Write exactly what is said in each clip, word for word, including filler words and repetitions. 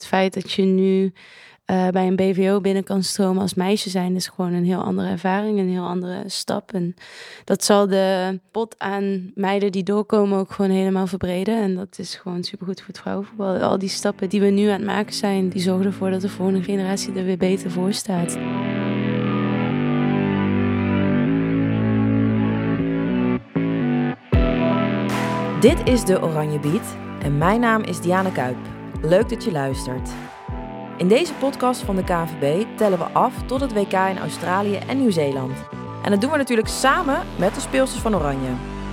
feit dat je nu uh, bij een B V O binnen kan stromen als meisje zijn, is gewoon een heel andere ervaring, een heel andere stap. En dat zal de pot aan meiden die doorkomen ook gewoon helemaal verbreden. En dat is gewoon supergoed voor het vrouwenvoetbal. Al die stappen die we nu aan het maken zijn, die zorgen ervoor dat de volgende generatie er weer beter voor staat. Dit is de Oranje Beat en mijn naam is Diana Kuip. Leuk dat je luistert. In deze podcast van de K N V B tellen we af tot het W K in Australië en Nieuw-Zeeland. En dat doen we natuurlijk samen met de speelsters van Oranje.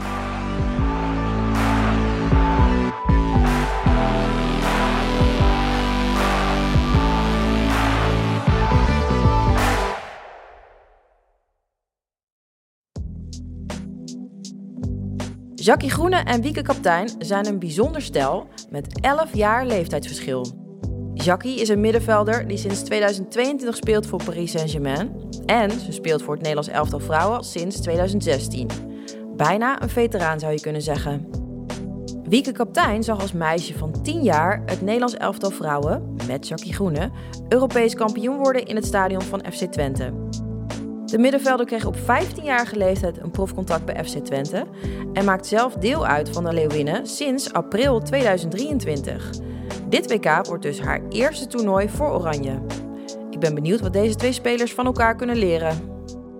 Jackie Groene en Wieke Kaptein zijn een bijzonder stel met elf jaar leeftijdsverschil. Jackie is een middenvelder die sinds tweeduizend tweeëntwintig speelt voor Paris Saint-Germain. En ze speelt voor het Nederlands elftal vrouwen sinds tweeduizend zestien. Bijna een veteraan zou je kunnen zeggen. Wieke Kaptein zag als meisje van tien jaar het Nederlands elftal vrouwen, met Jackie Groene, Europees kampioen worden in het stadion van F C Twente. De middenvelder kreeg op vijftienjarige leeftijd een profcontract bij F C Twente en maakt zelf deel uit van de Leeuwinnen sinds april tweeduizend drieëntwintig. Dit W K wordt dus haar eerste toernooi voor Oranje. Ik ben benieuwd wat deze twee spelers van elkaar kunnen leren.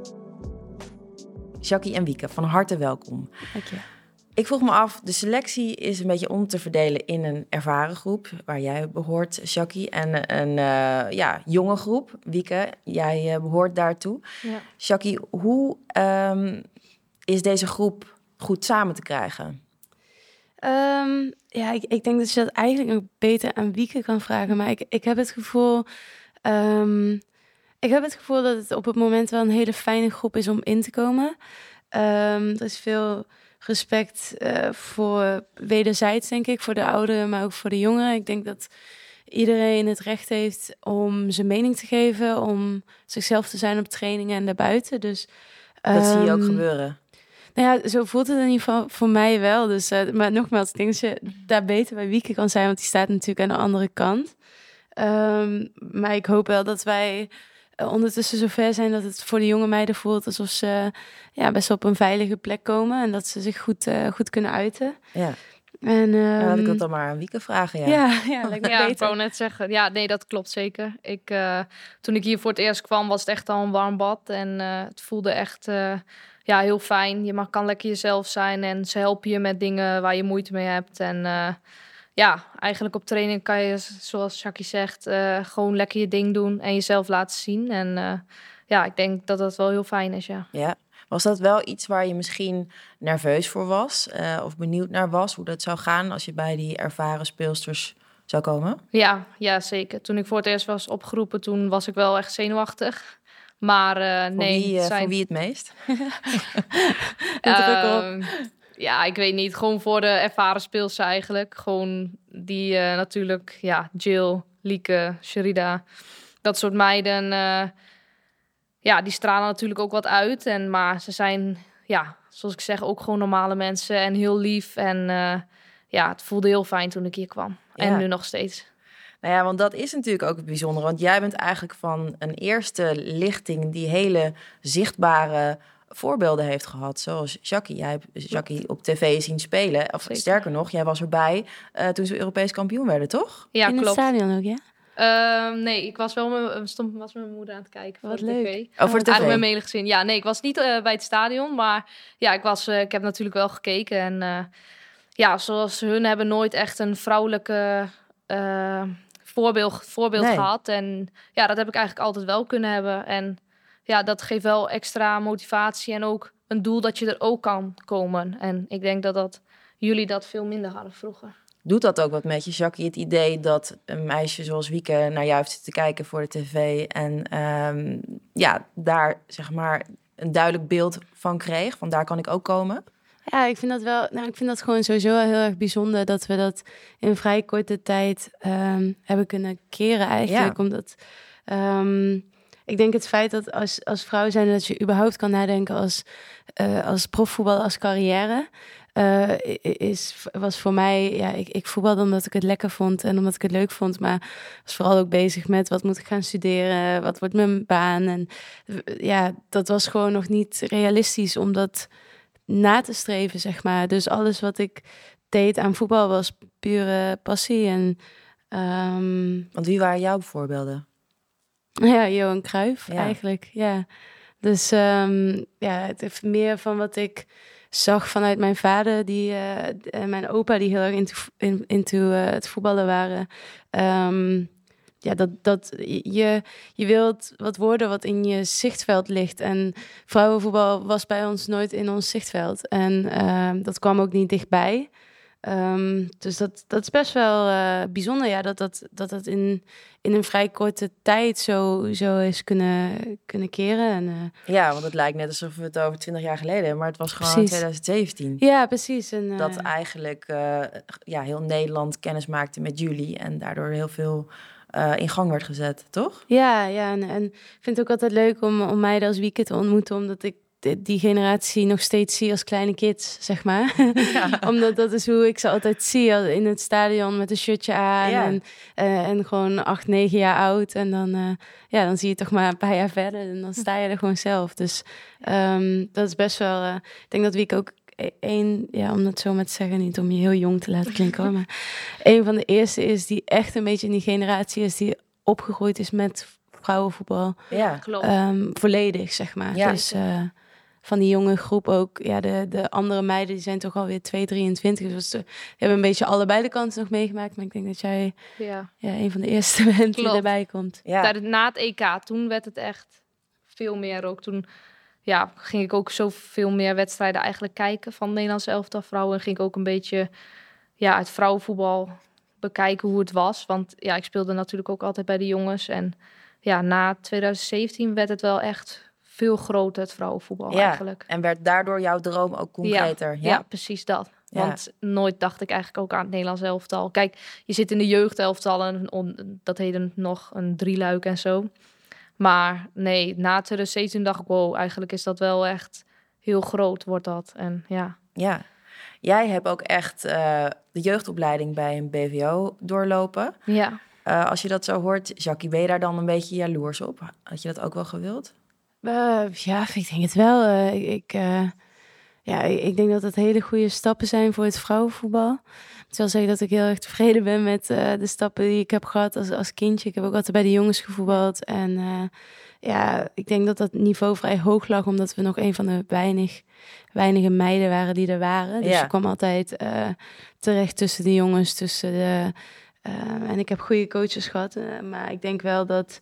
Jackie en Wieke, van harte welkom. Dank je. Ik vroeg me af, de selectie is een beetje om te verdelen in een ervaren groep, waar jij behoort, Jackie, en een uh, ja, jonge groep. Wieke, jij uh, behoort daartoe. Ja. Jackie, hoe um, is deze groep goed samen te krijgen? Um, ja, ik, ik denk dat je dat eigenlijk nog beter aan Wieke kan vragen, maar ik, ik heb het gevoel... Um, ik heb het gevoel dat het op het moment wel een hele fijne groep is om in te komen. Um, er is veel respect uh, voor wederzijds, denk ik, voor de ouderen, maar ook voor de jongeren. Ik denk dat iedereen het recht heeft om zijn mening te geven, om zichzelf te zijn op trainingen en daarbuiten. Dus, dat um, zie je ook gebeuren. Nou ja, zo voelt het in ieder geval voor mij wel. Dus, uh, maar nogmaals, ik denk dat je daar beter bij Wieke kan zijn, want die staat natuurlijk aan de andere kant. Um, maar ik hoop wel dat wij uh, ondertussen zover zijn dat het voor de jonge meiden voelt alsof ze uh, ja, best wel op een veilige plek komen en dat ze zich goed, uh, goed kunnen uiten. Ja. En, um, ja, laat ik dat dan maar aan Wieke vragen. Ja, ja, ja, lijkt me ja beter. ik wou net zeggen. Ja, nee, dat klopt zeker. Ik, uh, toen ik hier voor het eerst kwam, was het echt al een warm bad. En uh, het voelde echt uh, ja, heel fijn. Je mag, kan lekker jezelf zijn en ze helpen je met dingen waar je moeite mee hebt. En uh, ja, eigenlijk op training kan je, zoals Jackie zegt, uh, gewoon lekker je ding doen en jezelf laten zien. En uh, ja, ik denk dat dat wel heel fijn is, ja. Ja. Was dat wel iets waar je misschien nerveus voor was? Uh, of benieuwd naar was, hoe dat zou gaan als je bij die ervaren speelsters zou komen? Ja, ja, zeker. Toen ik voor het eerst was opgeroepen, toen was ik wel echt zenuwachtig. Maar uh, voor nee. Wie, uh, zijn... Voor wie het meest? uh, ja, ik weet niet. Gewoon voor de ervaren speelsters eigenlijk. Gewoon die uh, natuurlijk, ja, Jill, Lieke, Sherida, dat soort meiden... Uh, ja, die stralen natuurlijk ook wat uit. En, maar ze zijn, ja, zoals ik zeg, ook gewoon normale mensen en heel lief. En uh, ja, het voelde heel fijn toen ik hier kwam. Ja. En nu nog steeds. Nou ja, want dat is natuurlijk ook het bijzondere. Want jij bent eigenlijk van een eerste lichting die hele zichtbare voorbeelden heeft gehad. Zoals Jackie. Jij hebt Jackie op tv zien spelen. Of Zeker. Sterker nog, jij was erbij uh, toen ze Europees kampioen werden, toch? Ja, in klopt. het stadion ook, ja? Uh, nee, ik was wel me, stond, was met mijn moeder aan het kijken voor Wat de leuk. tv. Oh, voor de tv? Eigenlijk met mijn hele gezin. Ja, nee, ik was niet uh, bij het stadion, maar ja, ik, was, uh, ik heb natuurlijk wel gekeken. En uh, ja, zoals hun hebben nooit echt een vrouwelijke uh, voorbeeld, voorbeeld nee. gehad. En ja, dat heb ik eigenlijk altijd wel kunnen hebben. En ja, dat geeft wel extra motivatie en ook een doel dat je er ook kan komen. En ik denk dat, dat jullie dat veel minder hadden vroeger. Doet dat ook wat met je, Jackie, het idee dat een meisje zoals Wieke naar jou heeft zitten kijken voor de tv en um, ja, daar zeg maar een duidelijk beeld van kreeg, van daar kan ik ook komen? Ja, ik vind dat wel, nou, ik vind dat gewoon sowieso wel heel erg bijzonder dat we dat in vrij korte tijd um, hebben kunnen keren eigenlijk, ja. Omdat um, ik denk het feit dat als, als vrouw zijn dat je überhaupt kan nadenken als, uh, als profvoetbal, als carrière. uh, is, was voor mij... Ja, ik, ik voetbalde omdat ik het lekker vond en omdat ik het leuk vond. Maar was vooral ook bezig met wat moet ik gaan studeren? Wat wordt mijn baan? En ja, dat was gewoon nog niet realistisch om dat na te streven, zeg maar. Dus alles wat ik deed aan voetbal was pure passie. En, um, Want wie waren jouw voorbeelden? Ja, Johan Cruijff ja. eigenlijk, ja. Dus um, ja, het heeft meer van wat ik zag vanuit mijn vader die, uh, en mijn opa die heel erg into, in, into uh, het voetballen waren. Um, ja, dat, dat je, je wilt wat worden wat in je zichtveld ligt. En vrouwenvoetbal was bij ons nooit in ons zichtveld. En uh, dat kwam ook niet dichtbij. Um, dus dat, dat is best wel uh, bijzonder, ja, dat dat, dat, dat in, in een vrij korte tijd zo, zo is kunnen, kunnen keren. En, uh, ja, want het lijkt net alsof we het over twintig jaar geleden, maar het was gewoon precies. twintig zeventien. Ja, precies. En, uh, dat eigenlijk uh, ja, heel Nederland kennis maakte met jullie en daardoor heel veel uh, in gang werd gezet, toch? Ja, ja en, en ik vind het ook altijd leuk om, om meiden als Wieke te ontmoeten, omdat ik die generatie nog steeds zie als kleine kids, zeg maar. Ja. Omdat dat is hoe ik ze altijd zie in het stadion met een shirtje aan. Ja. En, uh, en gewoon acht, negen jaar oud. En dan, uh, ja, dan zie je toch maar een paar jaar verder. En dan sta je er gewoon zelf. Dus um, dat is best wel... Uh, ik denk dat Wieke ook één... Ja, om dat zo maar te zeggen, niet om je heel jong te laten klinken, hoor, maar een van de eerste is die echt een beetje in die generatie is die opgegroeid is met vrouwenvoetbal. Ja, klopt. Um, volledig, zeg maar. Ja. Dus... Uh, van die jonge groep ook. Ja, de, de andere meiden die zijn toch alweer twee, drieëntwintig. Dus we hebben een beetje allebei de kansen nog meegemaakt. Maar ik denk dat jij ja. Ja, een van de eerste bent Klopt. die erbij komt. Ja. Tijdens, na het E K, toen werd het echt veel meer ook. Toen ja, ging ik ook zoveel meer wedstrijden eigenlijk kijken van Nederlandse elftal vrouwen. En ging ik ook een beetje ja, het vrouwenvoetbal bekijken hoe het was. Want ja, ik speelde natuurlijk ook altijd bij de jongens. En ja, na twintig zeventien werd het wel echt... veel groter, het vrouwenvoetbal ja, eigenlijk. En werd daardoor jouw droom ook concreter? Ja, ja? ja precies dat. Ja. Want nooit dacht ik eigenlijk ook aan het Nederlands elftal. Kijk, je zit in de jeugdelftal en on, dat heette nog een drieluik en zo. Maar nee, na twintig zeventien dacht ik, wow, eigenlijk is dat wel echt heel groot, wordt dat. En ja. Ja, jij hebt ook echt uh, de jeugdopleiding bij een B V O doorlopen. Ja. Uh, als je dat zo hoort, Jackie, ben je daar dan een beetje jaloers op? Had je dat ook wel gewild? Uh, ja, ik denk het wel. Uh, ik, uh, ja, ik denk dat het hele goede stappen zijn voor het vrouwenvoetbal. Ik zal zeggen dat ik heel erg tevreden ben met uh, de stappen die ik heb gehad als, als kindje. Ik heb ook altijd bij de jongens gevoetbald. En uh, ja, ik denk dat dat niveau vrij hoog lag, omdat we nog een van de weinig, weinige meiden waren die er waren. Dus ja. je kwam altijd uh, terecht tussen de jongens, tussen de... Uh, en ik heb goede coaches gehad. Uh, maar ik denk wel dat...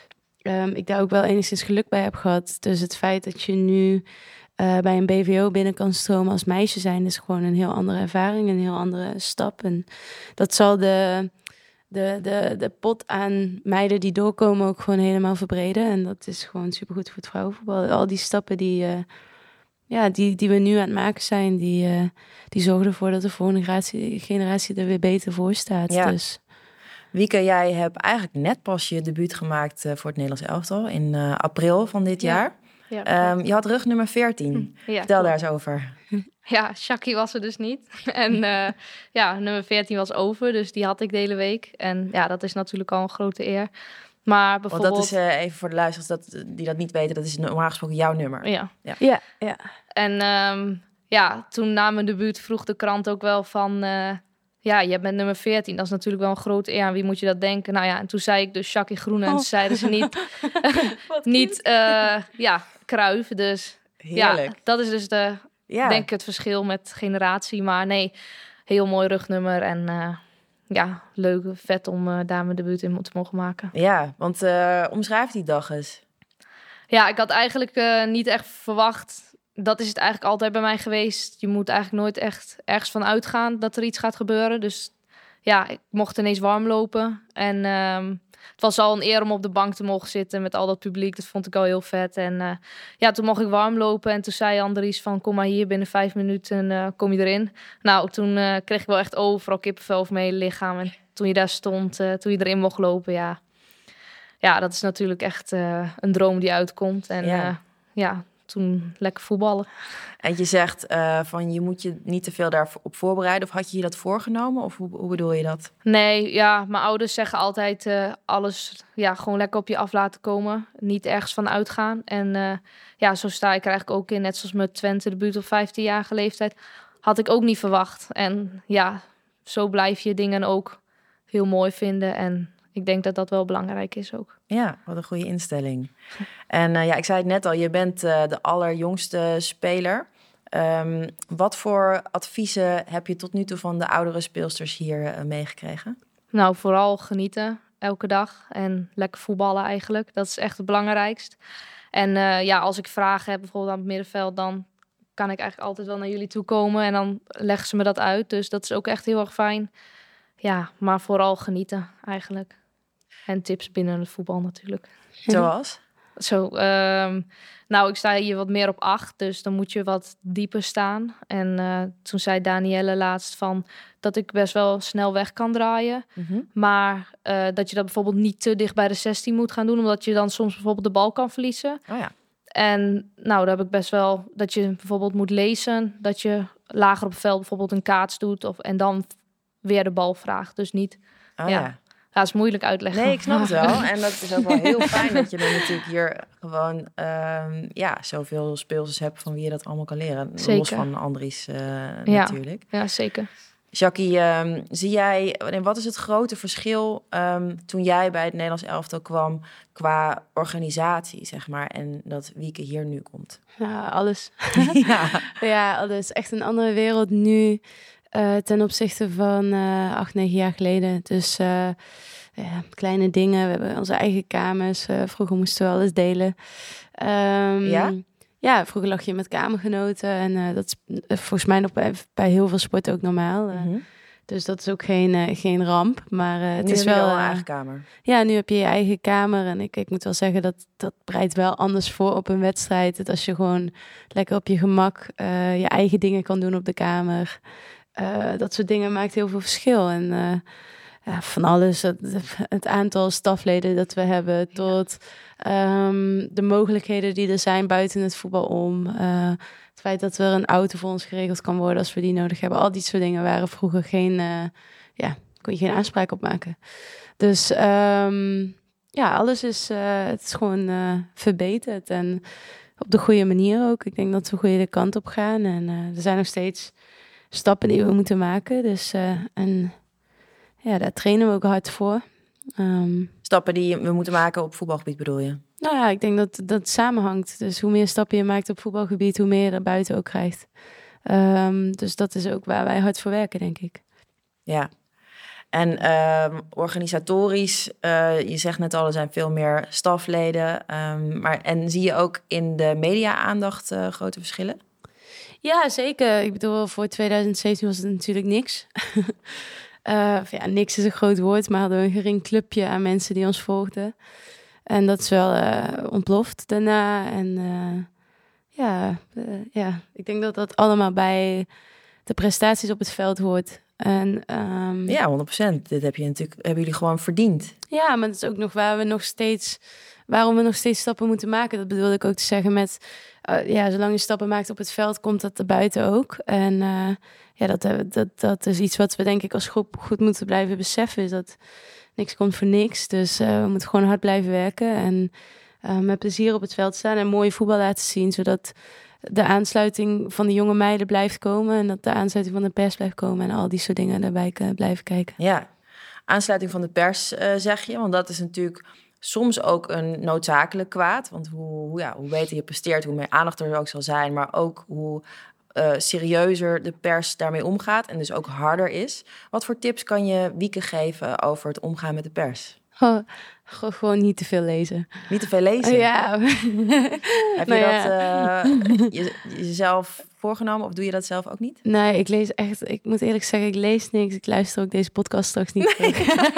Um, ik daar ook wel enigszins geluk bij heb gehad. Dus het feit dat je nu uh, bij een B V O binnen kan stromen als meisje zijn... is gewoon een heel andere ervaring, een heel andere stap. En dat zal de, de, de, de pot aan meiden die doorkomen ook gewoon helemaal verbreden. En dat is gewoon supergoed voor het vrouwenvoetbal. Al die stappen die, uh, ja, die, die we nu aan het maken zijn... die, uh, die zorgen ervoor dat de volgende generatie, generatie er weer beter voor staat. Ja. Dus... Wieke, jij hebt eigenlijk net pas je debuut gemaakt uh, voor het Nederlands elftal in uh, april van dit ja. jaar. Ja, um, je had rug nummer veertien. Ja, Vertel klopt. daar eens over. Ja, Jackie was er dus niet. En uh, ja, nummer veertien was over, dus die had ik de hele week. En ja, dat is natuurlijk al een grote eer. Maar bijvoorbeeld... Want dat is uh, even voor de luisteraars dat, die dat niet weten, dat is normaal gesproken jouw nummer. Ja. Ja, ja. ja. En um, ja, toen na mijn debuut vroeg de krant ook wel van... Uh, ja, je bent nummer veertien. Dat is natuurlijk wel een grote eer. Aan wie moet je dat denken? Nou ja, en toen zei ik dus Jackie Groene. En toen oh. zeiden ze niet, niet uh, ja, Cruijff. Dus Heerlijk. Ja, dat is dus de, ja. denk ik het verschil met generatie. Maar nee, heel mooi rugnummer. En uh, ja, leuk, vet om uh, daar mijn debuut in te mogen maken. Ja, want uh, omschrijf die dag eens. Ja, ik had eigenlijk uh, niet echt verwacht... Dat is het eigenlijk altijd bij mij geweest. Je moet eigenlijk nooit echt ergens van uitgaan dat er iets gaat gebeuren. Dus ja, ik mocht ineens warm lopen. En um, het was al een eer om op de bank te mogen zitten met al dat publiek. Dat vond ik al heel vet. En uh, ja, toen mocht ik warm lopen. En toen zei Andries van, kom maar hier, binnen vijf minuten uh, kom je erin. Nou, toen uh, kreeg ik wel echt overal kippenvel over mijn hele lichaam. En toen je daar stond, uh, toen je erin mocht lopen, ja. Ja, dat is natuurlijk echt uh, een droom die uitkomt. En ja, uh, ja toen lekker voetballen. En je zegt uh, van je moet je niet te veel daarop voorbereiden. Of had je je dat voorgenomen? Of hoe, hoe bedoel je dat? Nee, ja, mijn ouders zeggen altijd uh, alles ja, gewoon lekker op je af laten komen. Niet ergens van uitgaan. En uh, ja, zo sta ik er eigenlijk ook in. Net zoals mijn Twente debuut op vijftienjarige leeftijd. Had ik ook niet verwacht. En ja, zo blijf je dingen ook heel mooi vinden. En ik denk dat dat wel belangrijk is ook. Ja, wat een goede instelling. En uh, ja, ik zei het net al, je bent uh, de allerjongste speler. Um, wat voor adviezen heb je tot nu toe van de oudere speelsters hier uh, meegekregen? Nou, vooral genieten elke dag en lekker voetballen eigenlijk. Dat is echt het belangrijkst. En uh, ja, als ik vragen heb bijvoorbeeld aan het middenveld, dan kan ik eigenlijk altijd wel naar jullie toe komen en dan leggen ze me dat uit. Dus dat is ook echt heel erg fijn. Ja, maar vooral genieten eigenlijk. En tips binnen het voetbal natuurlijk. Zoals? Zo, um, nou, ik sta hier wat meer op acht, dus dan moet je wat dieper staan. En uh, toen zei Danielle laatst van dat ik best wel snel weg kan draaien. Mm-hmm. Maar uh, dat je dat bijvoorbeeld niet te dicht bij de zestien moet gaan doen, omdat je dan soms bijvoorbeeld de bal kan verliezen. Oh ja. En nou, daar heb ik best wel dat je bijvoorbeeld moet lezen, dat je lager op het veld bijvoorbeeld een kaats doet of, en dan weer de bal vraagt. Dus niet, oh, ja... ja. Ja, dat is moeilijk uitleggen. Nee, ik snap het wel. En dat is ook wel heel fijn dat je dan natuurlijk hier gewoon um, ja, zoveel speelsters hebt van wie je dat allemaal kan leren. Zeker. Los van Andries uh, ja. natuurlijk. Ja, zeker. Jackie, um, zie jij, wat is het grote verschil um, toen jij bij het Nederlands elftal kwam qua organisatie, zeg maar, en dat Wieke hier nu komt? Ja, alles. ja. ja, alles. Echt een andere wereld nu. Uh, ten opzichte van uh, acht, negen jaar geleden. Dus uh, ja, kleine dingen. We hebben onze eigen kamers. Uh, vroeger moesten we alles delen. Um, ja? Ja, vroeger lag je met kamergenoten. En uh, dat is uh, volgens mij nog bij, bij heel veel sporten ook normaal. Uh, mm-hmm. Dus dat is ook geen, uh, geen ramp. Maar uh, het nu is wel, wel een uh, eigen kamer. Ja, nu heb je je eigen kamer. En ik, ik moet wel zeggen, dat, dat breidt wel anders voor op een wedstrijd. Dat als je gewoon lekker op je gemak uh, je eigen dingen kan doen op de kamer. Uh, dat soort dingen maakt heel veel verschil. En uh, ja, van alles, het, het aantal stafleden dat we hebben, tot um, de mogelijkheden die er zijn buiten het voetbal om. Uh, het feit dat er een auto voor ons geregeld kan worden als we die nodig hebben. Al die soort dingen waren vroeger geen, uh, ja, kon je geen aanspraak op maken. Dus um, ja, alles is, uh, het is gewoon uh, verbeterd en op de goede manier ook. Ik denk dat we goede kant op gaan en uh, er zijn nog steeds stappen die we moeten maken. Dus uh, en ja, daar trainen we ook hard voor. Um, stappen die we moeten maken op voetbalgebied bedoel je? Nou ja, ik denk dat dat samenhangt. Dus hoe meer stappen je maakt op voetbalgebied, hoe meer je er buiten ook krijgt. Um, dus dat is ook waar wij hard voor werken, denk ik. Ja. En um, organisatorisch, uh, je zegt net al, er zijn veel meer stafleden. Um, maar, en zie je ook in de media-aandacht uh, grote verschillen? Ja, zeker. Ik bedoel, voor twintig zeventien was het natuurlijk niks. uh, ja, niks is een groot woord, maar hadden we een gering clubje aan mensen die ons volgden. En dat is wel uh, ontploft daarna. En uh, ja, uh, ja, ik denk dat dat allemaal bij de prestaties op het veld hoort. En, um, ja, honderd procent. Dit heb je natuurlijk, hebben jullie gewoon verdiend. Ja, maar dat is ook nog waar we nog steeds, waarom we nog steeds stappen moeten maken. Dat bedoelde ik ook te zeggen met, uh, ja, zolang je stappen maakt op het veld, komt dat er buiten ook. En uh, ja, dat, dat, dat is iets wat we denk ik als groep goed moeten blijven beseffen, is dat niks komt voor niks. Dus uh, we moeten gewoon hard blijven werken en uh, met plezier op het veld staan en mooie voetbal laten zien, zodat de aansluiting van de jonge meiden blijft komen en dat de aansluiting van de pers blijft komen en al die soort dingen daarbij blijven kijken. Ja, aansluiting van de pers uh, zeg je, want dat is natuurlijk soms ook een noodzakelijk kwaad. Want hoe, hoe, ja, hoe beter je presteert, hoe meer aandacht er ook zal zijn, maar ook hoe uh, serieuzer de pers daarmee omgaat en dus ook harder is. Wat voor tips kan je Wieke geven over het omgaan met de pers? Oh, gewoon niet te veel lezen. Niet te veel lezen? Ja. Heb je nou dat ja. uh, je, jezelf voorgenomen of doe je dat zelf ook niet? Nee, ik lees echt, ik moet eerlijk zeggen, ik lees niks. Ik luister ook deze podcast straks niet terug.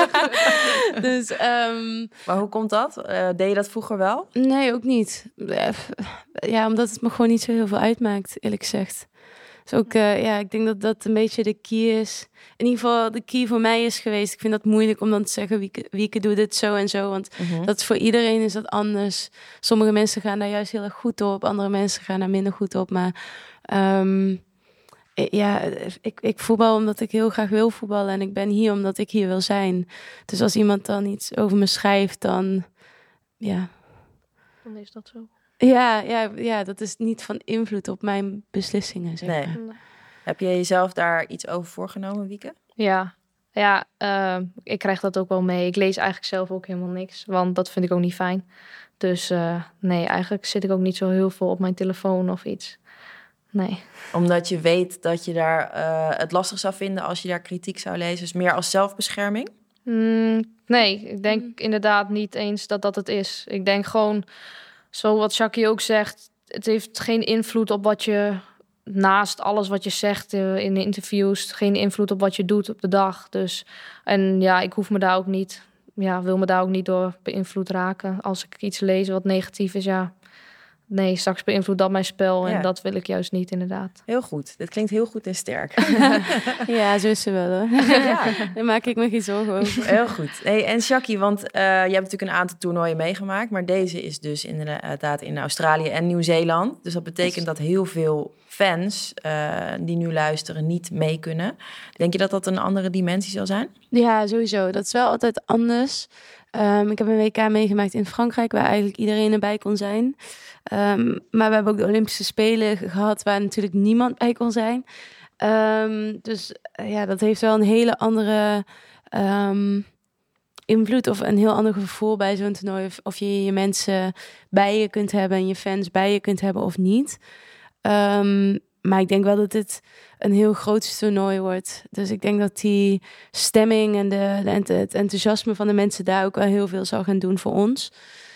Dus, um, maar hoe komt dat? Uh, deed je dat vroeger wel? Nee, ook niet. Ja, omdat het me gewoon niet zo heel veel uitmaakt, eerlijk gezegd. Dus ook, uh, ja, ik denk dat dat een beetje de key is. In ieder geval de key voor mij is geweest. Ik vind dat moeilijk om dan te zeggen, Wieke, Wieke doet dit zo en zo. Want mm-hmm. dat is voor iedereen is dat anders. Sommige mensen gaan daar juist heel erg goed op. Andere mensen gaan daar minder goed op. Maar um, ja, ik, ik voetbal omdat ik heel graag wil voetballen. En ik ben hier omdat ik hier wil zijn. Dus als iemand dan iets over me schrijft, dan... ja. Dan is dat zo. Ja, ja, ja, dat is niet van invloed op mijn beslissingen, zeg nee. maar. Heb je jezelf daar iets over voorgenomen, Wieke? Ja, ja uh, ik krijg dat ook wel mee. Ik lees eigenlijk zelf ook helemaal niks, want dat vind ik ook niet fijn. Dus uh, nee, eigenlijk zit ik ook niet zo heel veel op mijn telefoon of iets. Nee. Omdat je weet dat je daar uh, het lastig zou vinden als je daar kritiek zou lezen. Dus meer als zelfbescherming? Mm, nee, ik denk mm. inderdaad niet eens dat dat het is. Ik denk gewoon, zo wat Jackie ook zegt, het heeft geen invloed op wat je, naast alles wat je zegt uh, in de interviews, geen invloed op wat je doet op de dag. Dus, en ja, ik hoef me daar ook niet, ja, wil me daar ook niet door beïnvloed raken. Als ik iets lees wat negatief is, ja, nee, straks beïnvloedt dat mijn spel. En ja. dat wil ik juist niet, inderdaad. Heel goed. Dit klinkt heel goed en sterk. Ja, zo is ze wel, hoor. Ja. Daar maak ik me geen zorgen over. Heel goed. Hey, en Jackie, want uh, je hebt natuurlijk een aantal toernooien meegemaakt. Maar deze is dus inderdaad in Australië en Nieuw-Zeeland. Dus dat betekent dat heel veel fans uh, die nu luisteren niet mee kunnen. Denk je dat dat een andere dimensie zal zijn? Ja, sowieso. Dat is wel altijd anders. Um, ik heb een W K meegemaakt in Frankrijk, waar eigenlijk iedereen erbij kon zijn. Um, maar we hebben ook de Olympische Spelen gehad, waar natuurlijk niemand bij kon zijn. Um, dus uh, ja, dat heeft wel een hele andere um, invloed of een heel ander gevoel bij zo'n toernooi. Of, of je je mensen bij je kunt hebben en je fans bij je kunt hebben of niet. Um, maar ik denk wel dat dit een heel groot toernooi wordt. Dus ik denk dat die stemming en de, de, het enthousiasme van de mensen daar ook wel heel veel zal gaan doen voor ons.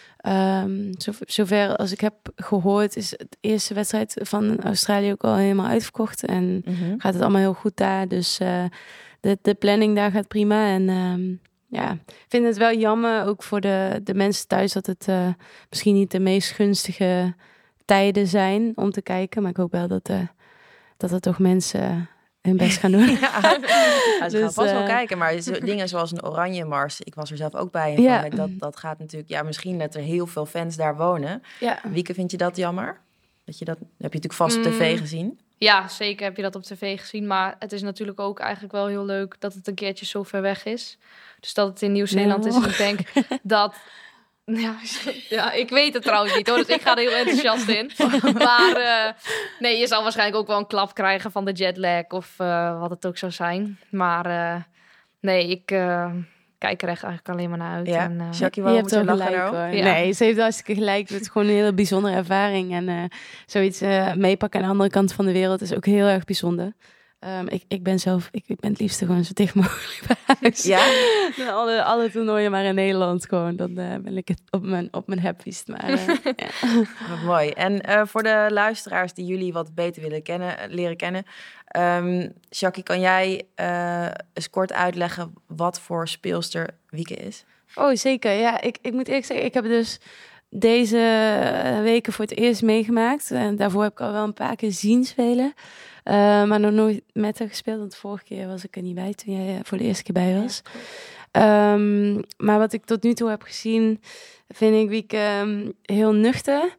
Um, zo, zover als ik heb gehoord is het eerste wedstrijd van Australië ook al helemaal uitverkocht. En mm-hmm. gaat het allemaal heel goed daar. Dus uh, de, de planning daar gaat prima. En um, ja, ik vind het wel jammer ook voor de, de mensen thuis dat het uh, misschien niet de meest gunstige tijden zijn om te kijken. Maar ik hoop wel dat, uh, dat er toch mensen hun best gaan doen. Ja, ja, ze dus, gaan vast uh, wel kijken. Maar zo, dingen zoals een oranje mars, ik was er zelf ook bij. En ja. van, dat, dat gaat natuurlijk, ja, misschien dat er heel veel fans daar wonen. Ja. Wieke, vind je dat jammer? Dat je dat heb je natuurlijk vast op tv gezien. Ja, zeker heb je dat op tv gezien. Maar het is natuurlijk ook eigenlijk wel heel leuk dat het een keertje zo ver weg is. Dus dat het in Nieuw-Zeeland no. is. En ik denk dat... Ja, ja, ik weet het trouwens niet hoor, dus ik ga er heel enthousiast in. Maar uh, nee, je zal waarschijnlijk ook wel een klap krijgen van de jetlag of uh, wat het ook zou zijn. Maar uh, nee, ik uh, kijk er echt eigenlijk alleen maar naar uit. Ja, en, uh, Jackie, waarom moet je lachen gelijk, hoor? Ja. Nee, ze heeft hartstikke gelijk. Het is gewoon een hele bijzondere ervaring. En uh, zoiets uh, meepakken aan de andere kant van de wereld is ook heel erg bijzonder. Um, ik, ik ben zelf, ik, ik ben het liefste gewoon zo dicht mogelijk bij huis. Ja? alle, alle toernooien maar in Nederland gewoon. Dan uh, ben ik het op mijn, op mijn happiest. Maar, uh, ja. Wat mooi. En uh, voor de luisteraars die jullie wat beter willen kennen, leren kennen. Um, Jackie, kan jij uh, eens kort uitleggen wat voor speelster Wieke is? Oh, zeker. Ja, ik, ik moet eerlijk zeggen, ik heb dus deze weken voor het eerst meegemaakt. En daarvoor heb ik al wel een paar keer zien spelen. Uh, maar nog nooit met haar gespeeld. Want de vorige keer was ik er niet bij toen jij voor de eerste keer bij was. Ja, cool. um, maar wat ik tot nu toe heb gezien, vind ik Wieke um, heel nuchter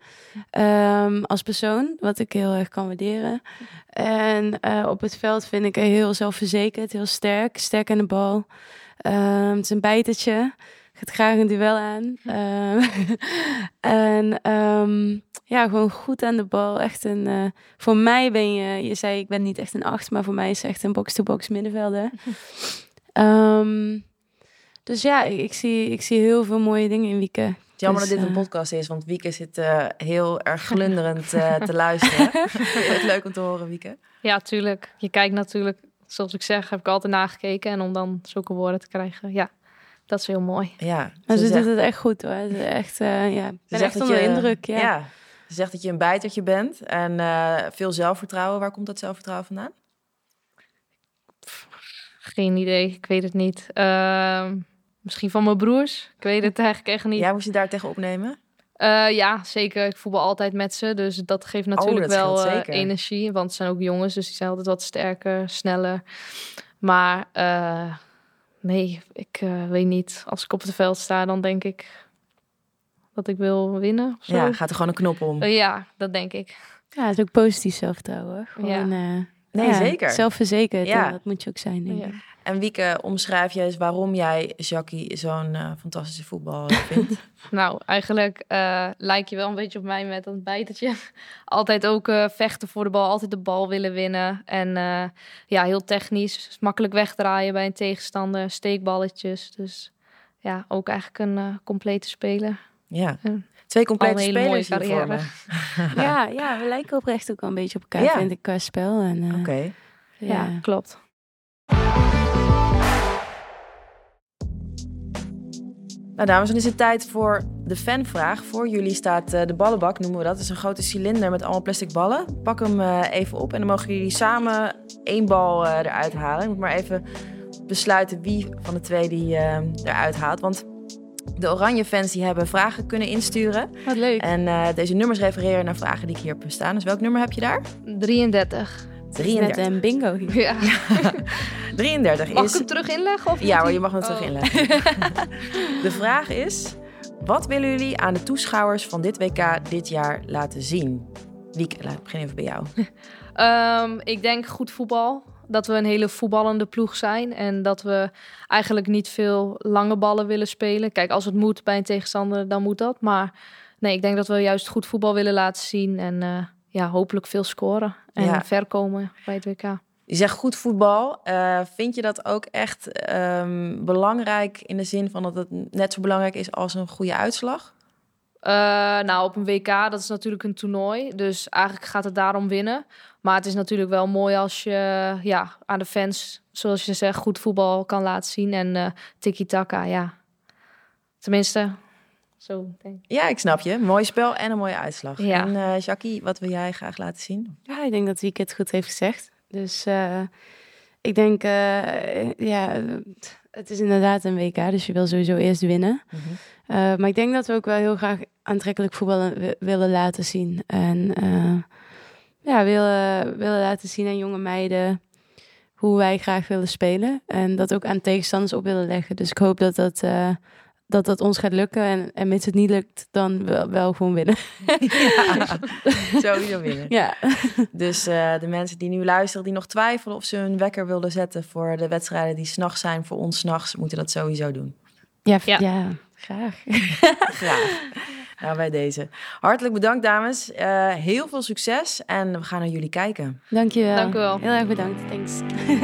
um, als persoon. Wat ik heel erg kan waarderen. En uh, op het veld vind ik haar heel zelfverzekerd, heel sterk. Sterk aan de bal. Um, het is een bijtertje. Gaat graag een duel aan. Uh, en um, ja, gewoon goed aan de bal. Echt een, uh, voor mij ben je, je zei ik ben niet echt een acht, maar voor mij is ze echt een box-to-box middenvelder. um, dus ja, ik, ik, zie, ik zie heel veel mooie dingen in Wieke. Het is jammer dus, dat dit een podcast is, want Wieke zit uh, heel erg glunderend uh, te luisteren. Vind je het leuk om te horen, Wieke? Ja, tuurlijk. Je kijkt natuurlijk, zoals ik zeg, heb ik altijd nagekeken. En om dan zulke woorden te krijgen, ja. Dat is heel mooi. Ja, ze, ze doet het echt goed hoor. Ze echt, uh, ja, ze zegt echt onder de indruk. Ja. ja, ze zegt dat je een bijtertje bent en uh, veel zelfvertrouwen. Waar komt dat zelfvertrouwen vandaan? Geen idee, ik weet het niet. Uh, misschien van mijn broers. Ik weet het eigenlijk echt niet. Ja, moest je daar tegen opnemen? Uh, ja, zeker. Ik voetbal altijd met ze. Dus dat geeft natuurlijk oh, dat wel uh, energie. Want het zijn ook jongens, dus die zijn altijd wat sterker, sneller. Maar uh, nee, ik uh, weet niet. Als ik op het veld sta, dan denk ik dat ik wil winnen. Of zo. Ja, gaat er gewoon een knop om. Uh, ja, dat denk ik. Ja, het is ook positief zelfvertrouwen. Gewoon, ja. Uh, nee, ja, zeker. Zelfverzekerd. Ja. Dat moet je ook zijn, denk ja. ik. En Wieke, omschrijf je eens waarom jij Jackie zo'n uh, fantastische voetballer vindt? Nou, eigenlijk uh, lijk je wel een beetje op mij met dat bijtertje. Altijd ook uh, vechten voor de bal, altijd de bal willen winnen. En uh, ja, heel technisch, makkelijk wegdraaien bij een tegenstander, steekballetjes. Dus ja, ook eigenlijk een uh, complete speler. Ja, twee complete spelers carrière. ja, ja, we lijken oprecht ook wel een beetje op elkaar, ja. vind ik, qua spel. Uh, Oké. Okay. Ja, ja, klopt. Nou, dames, dan is het tijd voor de fanvraag. Voor jullie staat uh, de ballenbak, noemen we dat. Dat is een grote cilinder met allemaal plastic ballen. Pak hem uh, even op en dan mogen jullie samen één bal uh, eruit halen. Ik moet maar even besluiten wie van de twee die uh, eruit haalt. Want de Oranje fans die hebben vragen kunnen insturen. Wat leuk. En uh, deze nummers refereren naar vragen die ik hier heb staan. Dus welk nummer heb je daar? drieëndertig. drieëndertig. Net een bingo hier. Ja. drieëndertig mag is... ik hem terug inleggen? Of ja hoor, je mag hem oh. terug inleggen. De vraag is... Wat willen jullie aan de toeschouwers van dit W K dit jaar laten zien? Wieke, laat ik begin even bij jou. um, ik denk goed voetbal. Dat we een hele voetballende ploeg zijn. En dat we eigenlijk niet veel lange ballen willen spelen. Kijk, als het moet bij een tegenstander, dan moet dat. Maar nee, ik denk dat we juist goed voetbal willen laten zien. En uh, ja, hopelijk veel scoren. En ja. ver komen bij het W K. Je zegt goed voetbal. Uh, vind je dat ook echt um, belangrijk in de zin van dat het net zo belangrijk is als een goede uitslag? Uh, nou, op een W K, dat is natuurlijk een toernooi. Dus eigenlijk gaat het daarom winnen. Maar het is natuurlijk wel mooi als je ja, aan de fans, zoals je zegt, goed voetbal kan laten zien. En uh, tiki-taka, ja. Tenminste, zo denk ik. Ja, ik snap je. Mooi spel en een mooie uitslag. Ja. En uh, Jackie, wat wil jij graag laten zien? Ja, ik denk dat Wieke het goed heeft gezegd. Dus uh, ik denk, uh, ja, het is inderdaad een W K, dus je wil sowieso eerst winnen. Mm-hmm. Uh, maar ik denk dat we ook wel heel graag aantrekkelijk voetbal w- willen laten zien. En uh, ja, willen, willen laten zien aan jonge meiden hoe wij graag willen spelen. En dat ook aan tegenstanders op willen leggen. Dus ik hoop dat dat, uh, dat, dat ons gaat lukken. En, en mits het niet lukt, dan wel, wel gewoon winnen. Ja, sowieso winnen. Ja. Dus uh, de mensen die nu luisteren, die nog twijfelen of ze hun wekker wilden zetten voor de wedstrijden die 's nachts zijn, voor ons 's nachts, moeten dat sowieso doen. Ja, ja. ja graag. Graag. Nou, bij deze. Hartelijk bedankt, dames. Uh, heel veel succes en we gaan naar jullie kijken. Dank je wel. Dank u wel. Heel erg bedankt. Thanks.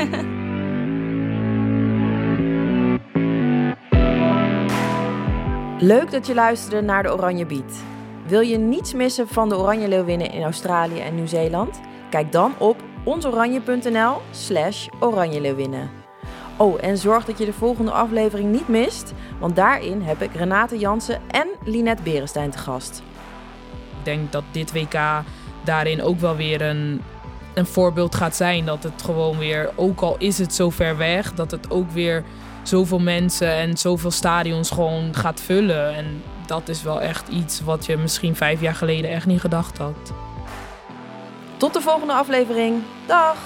Leuk dat je luisterde naar de Oranje Beat. Wil je niets missen van de Oranje Leeuwinnen in Australië en Nieuw-Zeeland? Kijk dan op onsoranje.nl slash Oranje Leeuwinnen. Oh, en zorg dat je de volgende aflevering niet mist, want daarin heb ik Renate Jansen en Linette Berenstein te gast. Ik denk dat dit W K daarin ook wel weer een, een voorbeeld gaat zijn. Dat het gewoon weer, ook al is het zo ver weg, dat het ook weer zoveel mensen en zoveel stadions gewoon gaat vullen. En dat is wel echt iets wat je misschien vijf jaar geleden echt niet gedacht had. Tot de volgende aflevering. Dag!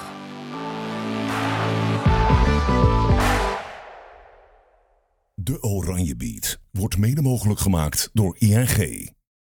De Oranje Beat wordt mede mogelijk gemaakt door I N G.